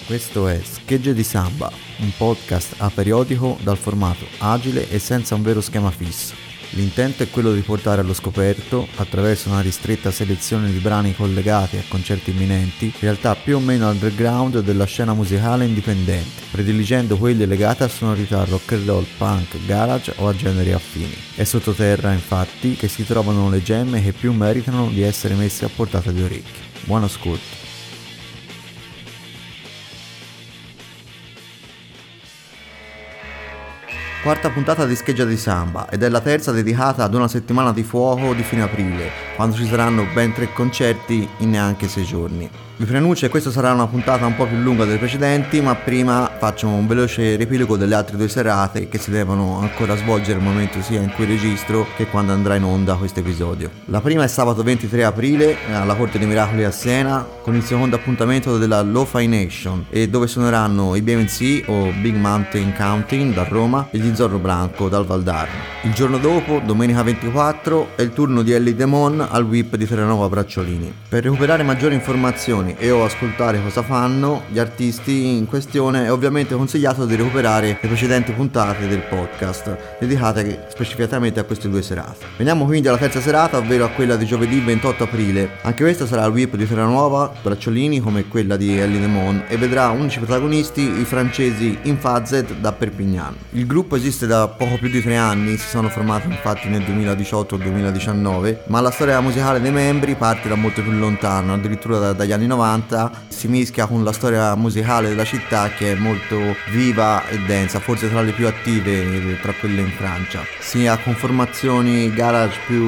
Questo è Schegge di Samba, un podcast aperiodico dal formato agile e senza un vero schema fisso. L'intento è quello di portare allo scoperto, attraverso una ristretta selezione di brani collegati a concerti imminenti, realtà più o meno underground della scena musicale indipendente, prediligendo quelle legate a sonorità rock and roll, punk, garage o a generi affini. È sottoterra, infatti, che si trovano le gemme che più meritano di essere messe a portata di orecchie. Buon ascolto. Quarta puntata di Scheggia di Samba ed è la terza dedicata ad una settimana di fuoco di fine aprile, quando ci saranno ben 3 concerti in neanche 6 giorni. Vi preannuncio che questa sarà una puntata un po' più lunga delle precedenti, ma prima faccio un veloce riepilogo delle altre 2 serate che si devono ancora svolgere al momento sia in cui registro che quando andrà in onda questo episodio. La prima è sabato 23 aprile alla Corte dei Miracoli a Siena, con il secondo appuntamento della Lo-Fi Nation, e dove suoneranno i BMC o Big Mountain Counting da Roma e gli Zorro Blanco dal Valdarno. Il giorno dopo, domenica 24, è il turno di Ellie Demon al WIP di Terranova Bracciolini. Per recuperare maggiori informazioni e o ascoltare cosa fanno gli artisti in questione, è ovviamente consigliato di recuperare le precedenti puntate del podcast dedicate specificatamente a queste 2 serate. Veniamo quindi alla terza serata, ovvero a quella di giovedì 28 aprile. Anche questa sarà al WIP di Terranova Bracciolini, come quella di Ellie Demon, e vedrà unici protagonisti i francesi Infazed da Perpignan. Il gruppo esiste da poco più di 3 anni, si sono formati infatti nel 2018-2019, ma la storia musicale dei membri parte da molto più lontano, addirittura dagli anni 90, si mischia con la storia musicale della città, che è molto viva e densa, forse tra le più attive tra quelle in Francia, sia con formazioni garage più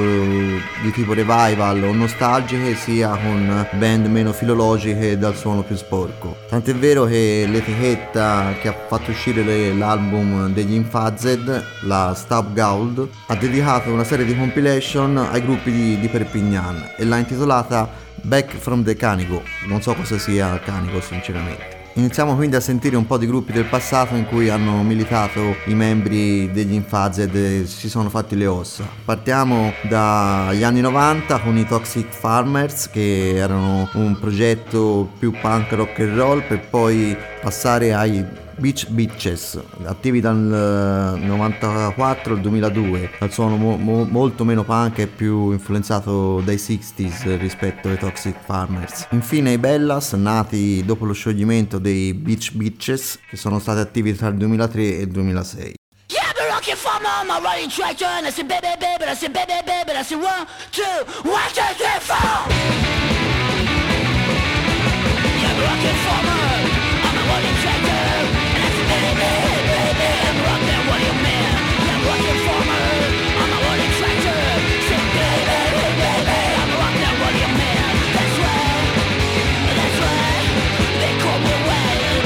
di tipo revival o nostalgiche, sia con band meno filologiche dal suono più sporco. Tant'è vero che l'etichetta che ha fatto uscire l'album degli Infazed, la Stab Gould, ha dedicato una serie di compilation ai gruppi di Perpignan e l'ha intitolata Back from the Canigo. Non so cosa sia Canigo sinceramente. Iniziamo quindi a sentire un po' di gruppi del passato in cui hanno militato i membri degli Infazed e si sono fatti le ossa. Partiamo dagli anni 90 con i Toxic Farmers, che erano un progetto più punk rock and roll, per poi passare ai Beach Bitches, attivi dal 94 al 2002, dal suono molto meno punk e più influenzato dai 60s rispetto ai Toxic Farmers. Infine i Bellas, nati dopo lo scioglimento dei Beach Bitches, che sono stati attivi tra il 2003 e il 2006. Looking for my running tractor, and I said baby, baby, I said baby, baby, I said 1, 2, 1, 2, 3, 4. Yeah, I'm looking for my running tractor, and I said baby, baby, I'm rocking, what do you mean? Yeah, I'm looking for my running tractor, said baby, baby, I'm rocking, what do you mean? That's right, they call me wild.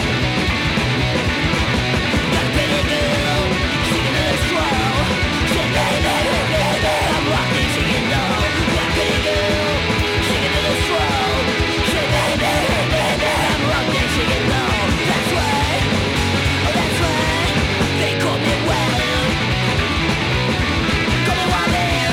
Got a pretty girl, singing a little slow, said baby, baby, I'm rocking, singing low. Got a pretty girl, singing a little slow, said baby, baby, I'm rocking, singing low. That's right, they call me wild. Call me wild man.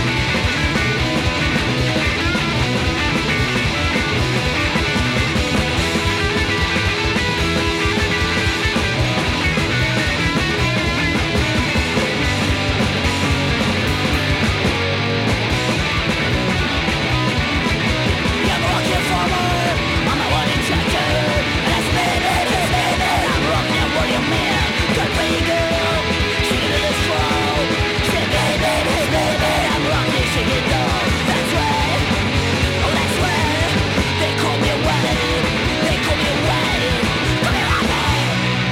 Yeah, I'm rocking for more. I'm a running tractor, and I said baby, baby, I'm rocking, what do you mean? Got a pretty girl, singing a little slow, said baby, baby, I'm rocking, singing low. That's right, they call me wild, they call me wild. Call me wild man.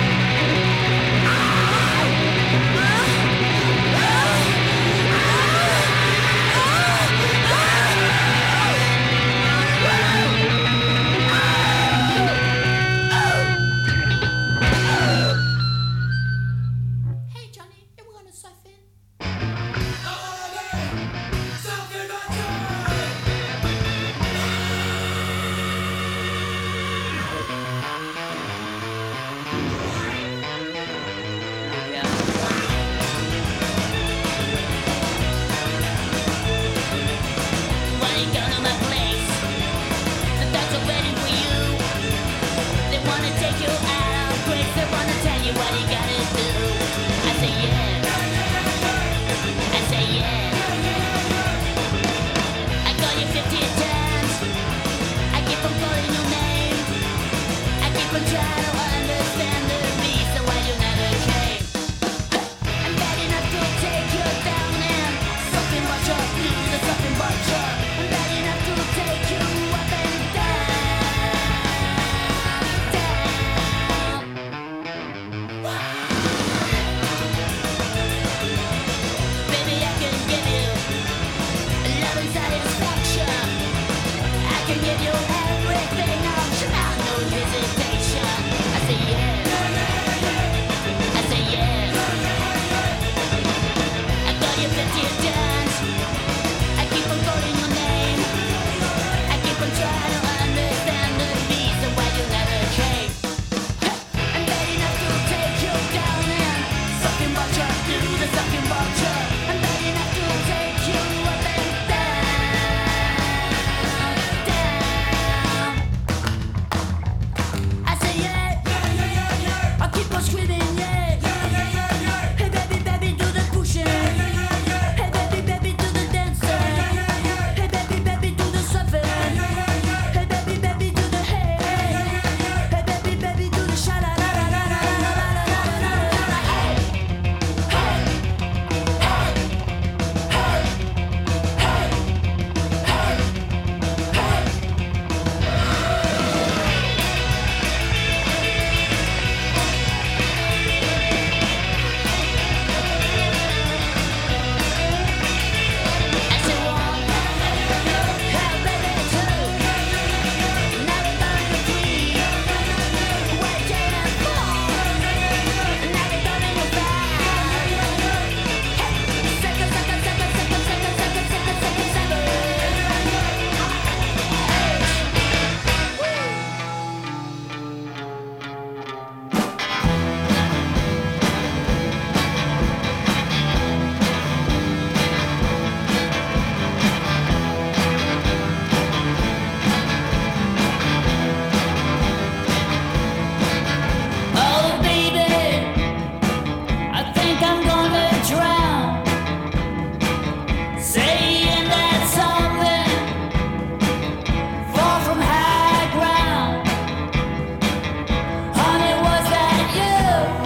Hey Johnny, you wanna surf in? Well, you go to my place, the dogs are waiting for you. They wanna can give you everything. I'm sure now no hesitation. I say yes. I say yes. I got you 50 dance. I keep on calling your name. I keep on trying to understand the reason why you never came. I'm bad enough to take you down and sucking vulture, do the sucking vulture. I'm bad enough to take you up and down, down. I say yeah, I keep on screaming yeah. Hey baby, baby, do the pushing. Hey baby, baby, do the dancing. Hey baby, baby, do the surfing. Hey baby, baby, do the hey. Hey baby, baby, do the sha la la la la la la la la la la la. Hey, hey, hey, hey, I say one, hey baby two, now we're going to three, waiting and four, now we're going to five. Hey, second, second, second, second, second, second, second, second, seven. Oh baby, I think I'm gonna drown, saying that something fall from high ground. Honey, was that you?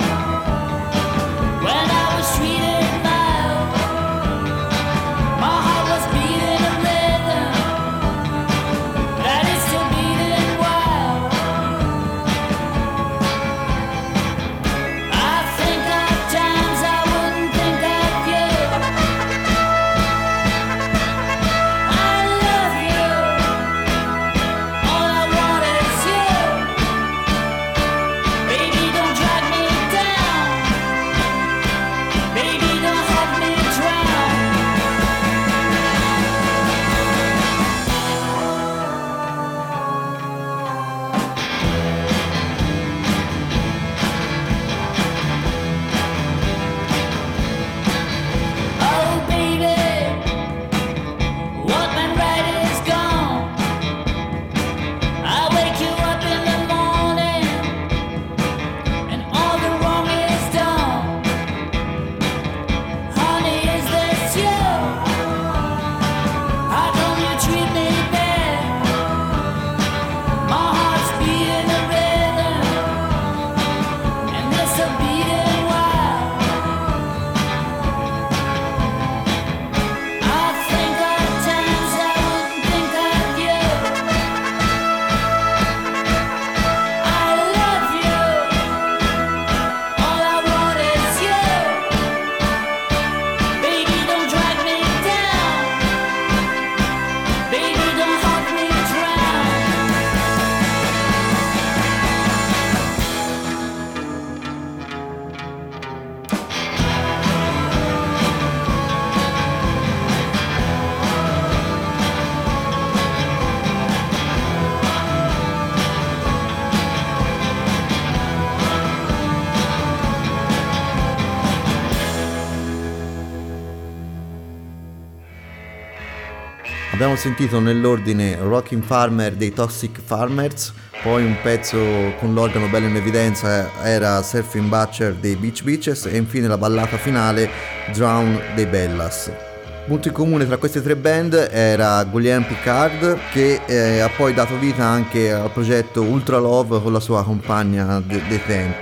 When I was treated mild, my heart was beating a rhythm that is still beating wild. I think of times I wouldn't think of you. I love you. All I want is you. Baby, don't drag me down. Baby, don't have me drown. Oh baby, what went right is gone. I wake you up in the morning and all the wrong is done. Honey, is this you? How come you treat me bad? My heart's beating a rhythm and it's a beating wild. I think of times I wouldn't think of you. I love you. All I want is you. Baby, don't drag me down. Baby, don't help me drown. Abbiamo sentito nell'ordine Rockin' Farmer dei Toxic Farmers, poi un pezzo con l'organo bello in evidenza era Surfing Butcher dei Beach Beaches e infine la ballata finale Drown dei Bellas. Punto in comune tra queste tre band era Guillaume Picard, che ha poi dato vita anche al progetto Ultra Love con la sua compagna dei tempi.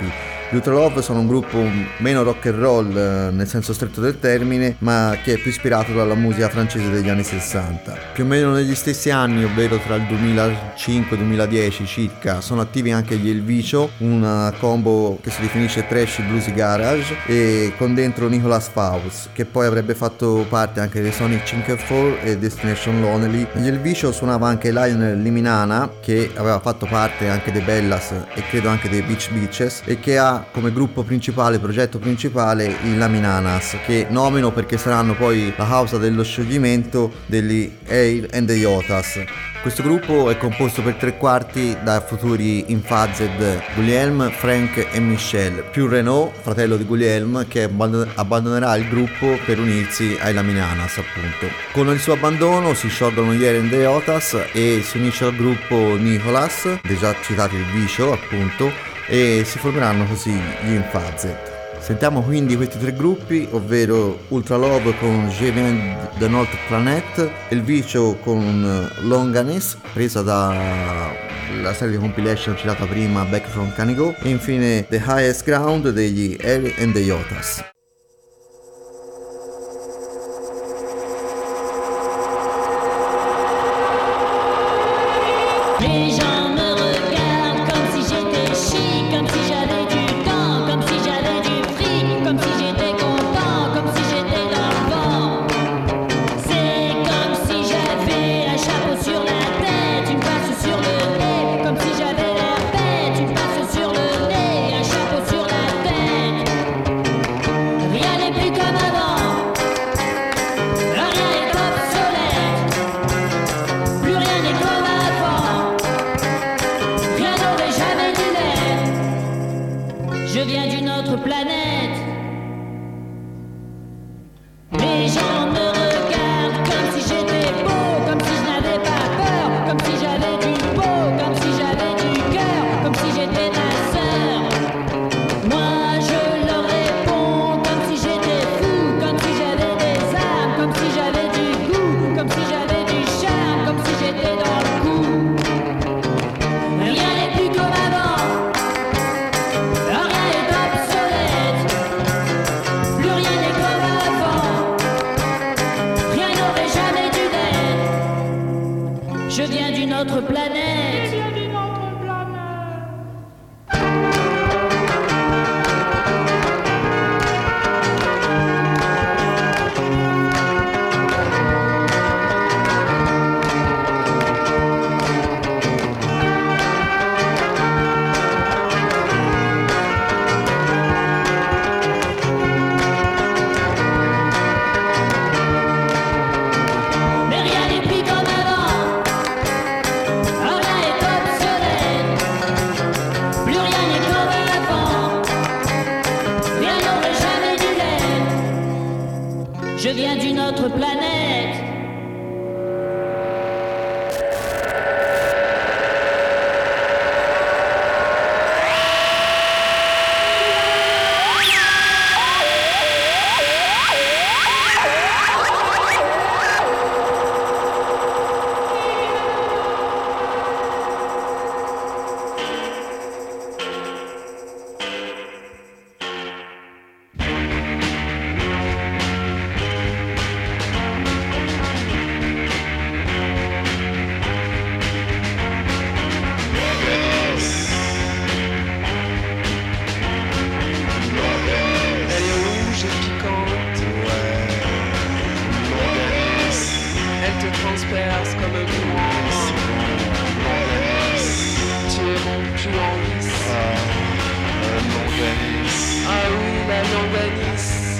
Gli Ultra Love sono un gruppo meno rock and roll nel senso stretto del termine, ma che è più ispirato dalla musica francese degli anni 60. Più o meno negli stessi anni, ovvero tra il 2005 e il 2010 circa, sono attivi anche gli Elvicio, una combo che si definisce trash bluesy garage, e con dentro Nicolas Faust, che poi avrebbe fatto parte anche dei Sonic 5-4 e Destination Lonely. Gli Elvicio suonava anche Lionel Liminana, che aveva fatto parte anche dei Bellas e credo anche dei Beach Beaches, e che ha come gruppo principale, progetto principale, i Laminanas, che nomino perché saranno poi la causa dello scioglimento degli Air and the Yotas. Questo gruppo è composto per 3/4 da futuri Infazed Guglielm, Frank e Michel, più Renaud, fratello di Guglielm, che abbandonerà il gruppo per unirsi ai Laminanas, appunto. Con il suo abbandono si sciolgono gli Air and the Yotas e si unisce al gruppo Nicolas, dei già citati il Vicio, appunto, e si formeranno così gli Infazed. Sentiamo quindi questi 3 gruppi, ovvero Ultra Love con Je viens de notre planète, Il Vicio con Longaness, presa dalla serie di compilation citata prima, Back from Canigo, e infine The Highest Ground degli Air and the Yotas. Les gens me regardent comme si j'étais chic, comme si j'avais du temps, comme si j'avais du fric, comme si j'étais content, comme si j'étais dans le vent. C'est comme si j'avais un chapeau sur la tête, une passe sur le nez, comme si j'avais l'air bête, une passe sur le nez, un chapeau sur la tête. Rien n'est plus comme avant, rien est obsolète, plus rien n'est comme avant. Rien n'aurait jamais dû l'être. Je viens d'une autre planète. Les gens me regardent comme si j'étais beau, comme si je n'avais pas peur, comme si j'avais du beau, comme si j'avais du cœur, comme si j'étais ta sœur. Moi je leur réponds comme si j'étais fou, comme si j'avais des armes, comme si j'avais du goût, comme si j'avais du charme, comme si j'étais dans le coup. Rien n'est plus comme avant, rien est obsolète, plus rien n'est comme avant, rien n'aurait jamais dû l'être. Je viens d'une autre planète. Mais rien n'est plus comme avant, rien est obsolète, plus rien n'est comme avant, rien n'aurait jamais dû l'être. Je viens d'une autre planète. Elle est rouge et piquante. Elle te transperce comme un courant. Tu es mon plus en lice. Ah oui, la longanisse.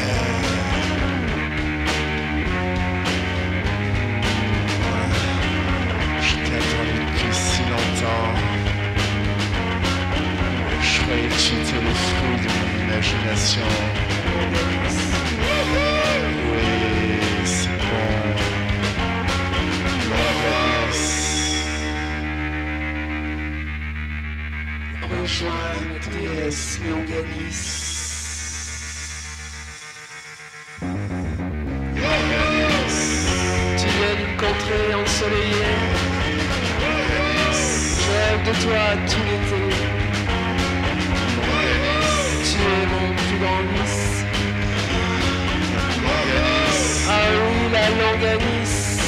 Je t'attendais depuis si longtemps. Je croyais que j'étais le fruit de mon imagination. Oui, c'est bon. Longanisse. Rejoins la déesse longanisse. Tu viens d'une contrée ensoleillée. Je rêve de toi tout l'été. tuer mon plus grand vice. Ah oui, la longanisse.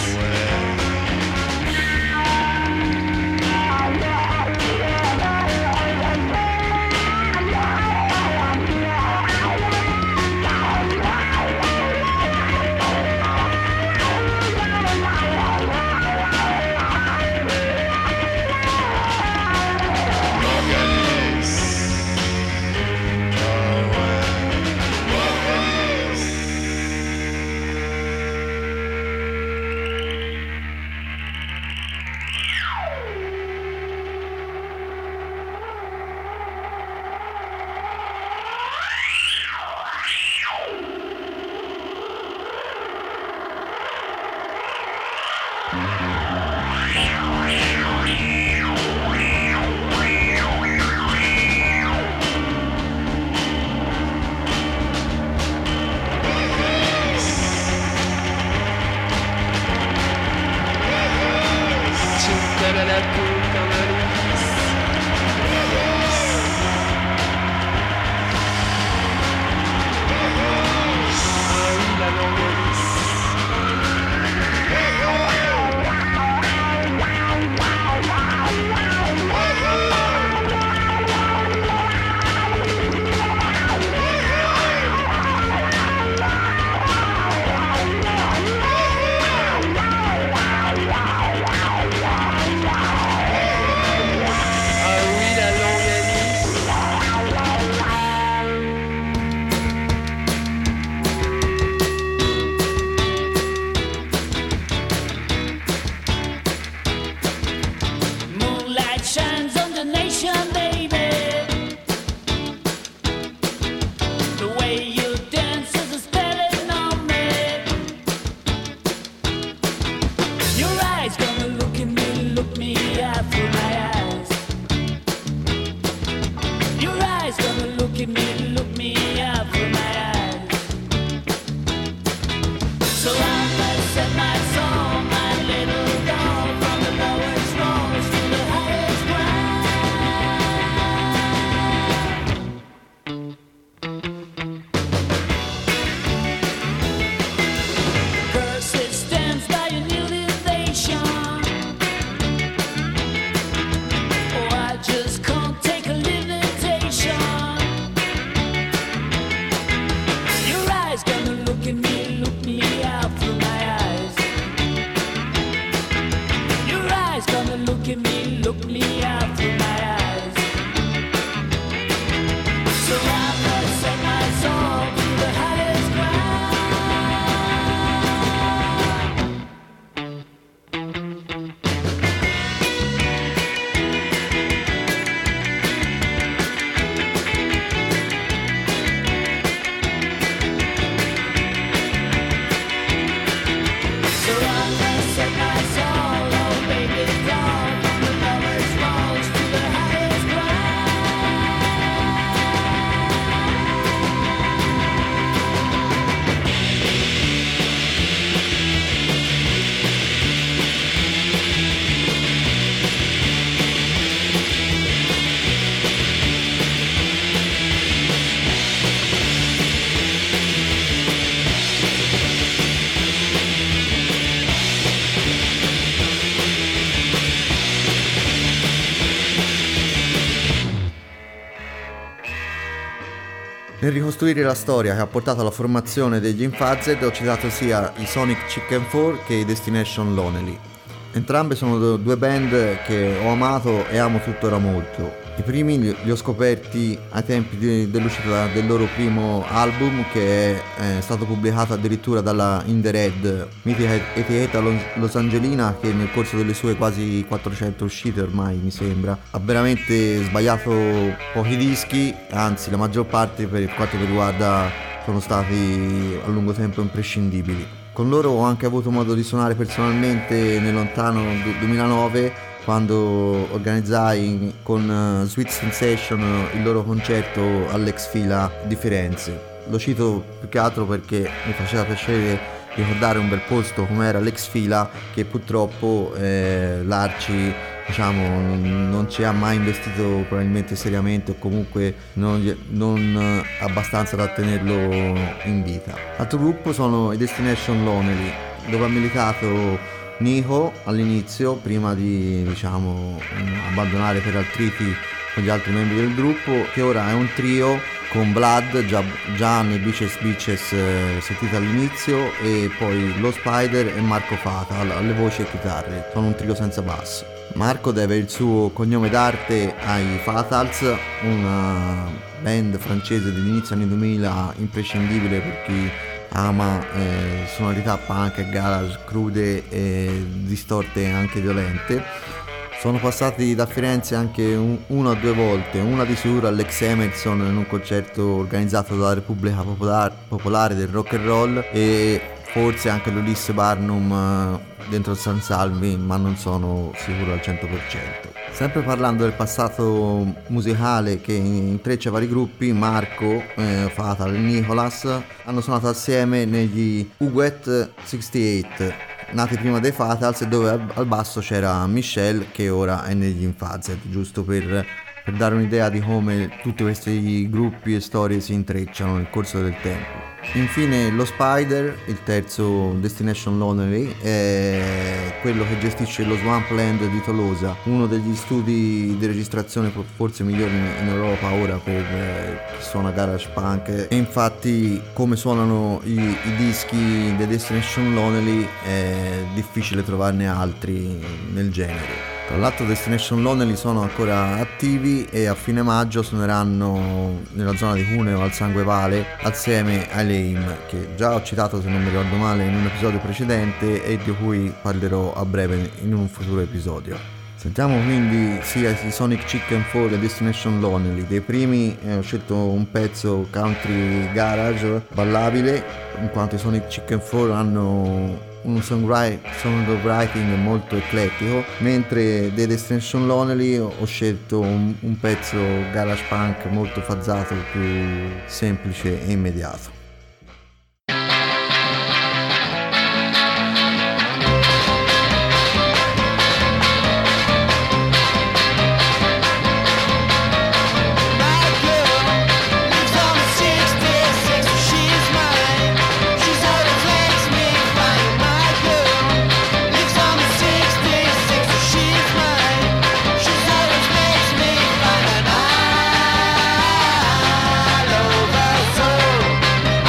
Nel ricostruire la storia che ha portato alla formazione degli Infazed ho citato sia i Sonic Chicken 4 che i Destination Lonely. Entrambe sono due band che ho amato e amo tuttora molto. I primi li ho scoperti ai tempi dell'uscita del loro primo album, che è stato pubblicato addirittura dalla In The Red, mitica etichetta losangelina, che nel corso delle sue quasi 400 uscite ormai, mi sembra, ha veramente sbagliato pochi dischi, anzi la maggior parte, per quanto mi riguarda, sono stati a lungo tempo imprescindibili. Con loro ho anche avuto modo di suonare personalmente nel lontano 2009, quando organizzai con Sweet Sensation il loro concerto all'Ex Fila di Firenze. Lo cito più che altro perché mi faceva piacere ricordare un bel posto come era l'Ex Fila, che purtroppo l'Arci diciamo non ci ha mai investito probabilmente seriamente, o comunque non abbastanza da tenerlo in vita. L'altro gruppo sono i Destination Lonely, dove ha militato Nico all'inizio, prima di abbandonare per artriti con gli altri membri del gruppo, che ora è un trio con Vlad, già nei Bitches sentito all'inizio, e poi lo Spider e Marco Fata alle voci e chitarre. Sono un trio senza basso. Marco deve il suo cognome d'arte ai Fatals, una band francese dell'inizio anni 2000 imprescindibile per chi ama sonorità punk e garage crude e distorte e anche violente. Sono passati da Firenze anche una o due volte, una di sicuro all'Ex Emerson in un concerto organizzato dalla Repubblica Popolare del Rock and Roll, e forse anche l'Ulisse Barnum dentro il San Salvi, ma non sono sicuro al 100%. Sempre parlando del passato musicale che intreccia vari gruppi, Marco, Fatal e Nicolas hanno suonato assieme negli Uguet 68, nati prima dei Fatals, dove al basso c'era Michel, che ora è negli Infazed, giusto per dare un'idea di come tutti questi gruppi e storie si intrecciano nel corso del tempo. Infine lo Spider, il terzo Destination Lonely, è quello che gestisce lo Swampland di Tolosa, uno degli studi di registrazione forse migliori in Europa ora per chi suona garage punk, e infatti come suonano i dischi dei Destination Lonely è difficile trovarne altri nel genere. Tra l'altro Destination Lonely sono ancora attivi e a fine maggio suoneranno nella zona di Cuneo al Sangue Vale assieme ai Lame, che già ho citato, se non mi ricordo male, in un episodio precedente e di cui parlerò a breve in un futuro episodio. Sentiamo quindi sia i Sonic Chicken 4 e Destination Lonely. Dei primi ho scelto un pezzo country garage ballabile, in quanto i Sonic Chicken 4 hanno un songwriting molto eclettico, mentre dei Destination Lonely ho scelto un pezzo garage punk molto fazzato, più semplice e immediato. Over soul.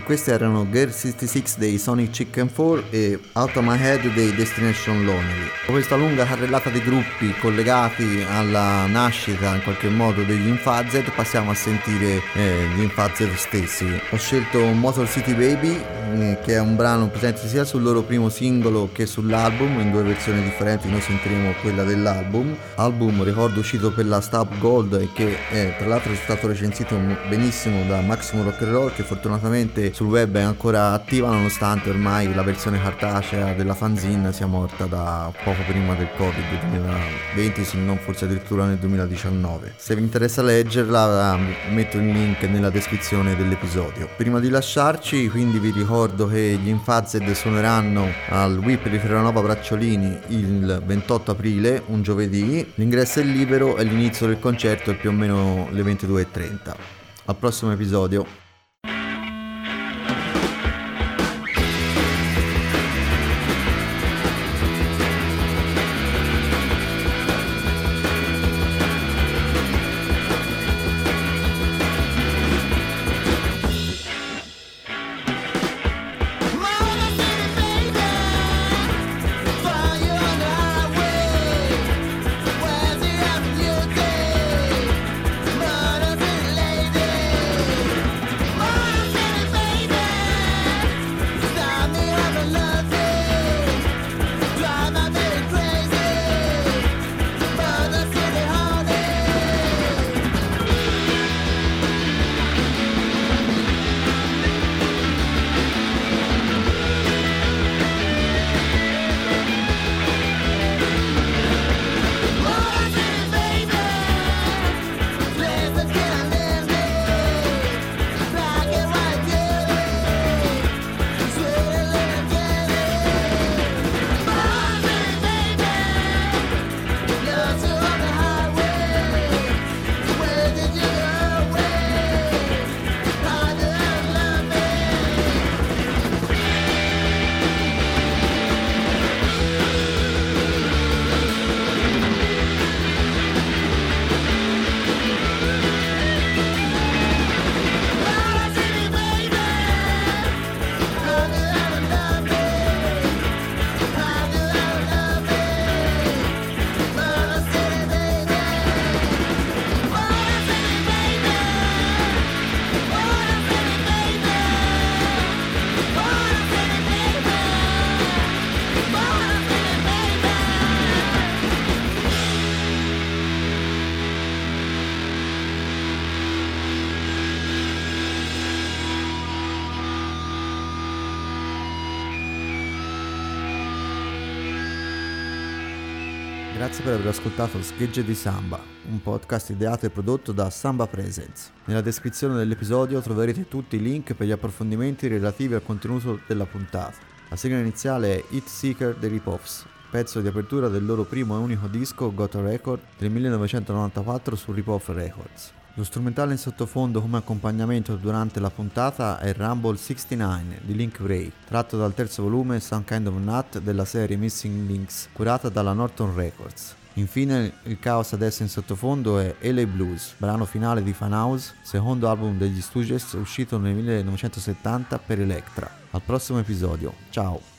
Questi erano Girl 66 dei Sonic Chicken 4 e Out of My Head dei Destination Lonely. Con questa lunga carrellata di gruppi collegati alla nascita in qualche modo degli Infazed, passiamo a sentire gli Infazed stessi. Ho scelto Motor City Baby, che è un brano presente sia sul loro primo singolo che sull'album, in due versioni differenti. Noi sentiremo quella dell'album, ricordo uscito per la Stab Gold e che tra l'altro è stato recensito benissimo da Maximum Rock and Roll, che fortunatamente sul web è ancora attiva nonostante ormai la versione cartacea della fanzine sia morta da poco prima del Covid 2020, se non forse addirittura nel 2019. Se vi interessa leggerla metto il link nella descrizione dell'episodio. Prima di lasciarci quindi vi ricordo che gli Infazed suoneranno al WIP di Ferranova Bracciolini il 28 aprile, un giovedì. L'ingresso è libero e l'inizio del concerto è più o meno le 22:30. Al prossimo episodio. Grazie per aver ascoltato Schegge di Samba, un podcast ideato e prodotto da Samba Presents. Nella descrizione dell'episodio troverete tutti i link per gli approfondimenti relativi al contenuto della puntata. La sigla iniziale è Hit Seeker dei Ripoffs, pezzo di apertura del loro primo e unico disco Got a Record del 1994 su Ripoff Records. Lo strumentale in sottofondo come accompagnamento durante la puntata è Rumble 69 di Link Wray, tratto dal terzo volume Some Kind of Nut della serie Missing Links, curata dalla Norton Records. Infine il caos adesso in sottofondo è LA Blues, brano finale di Fan House, secondo album degli Stooges uscito nel 1970 per Elektra. Al prossimo episodio, ciao!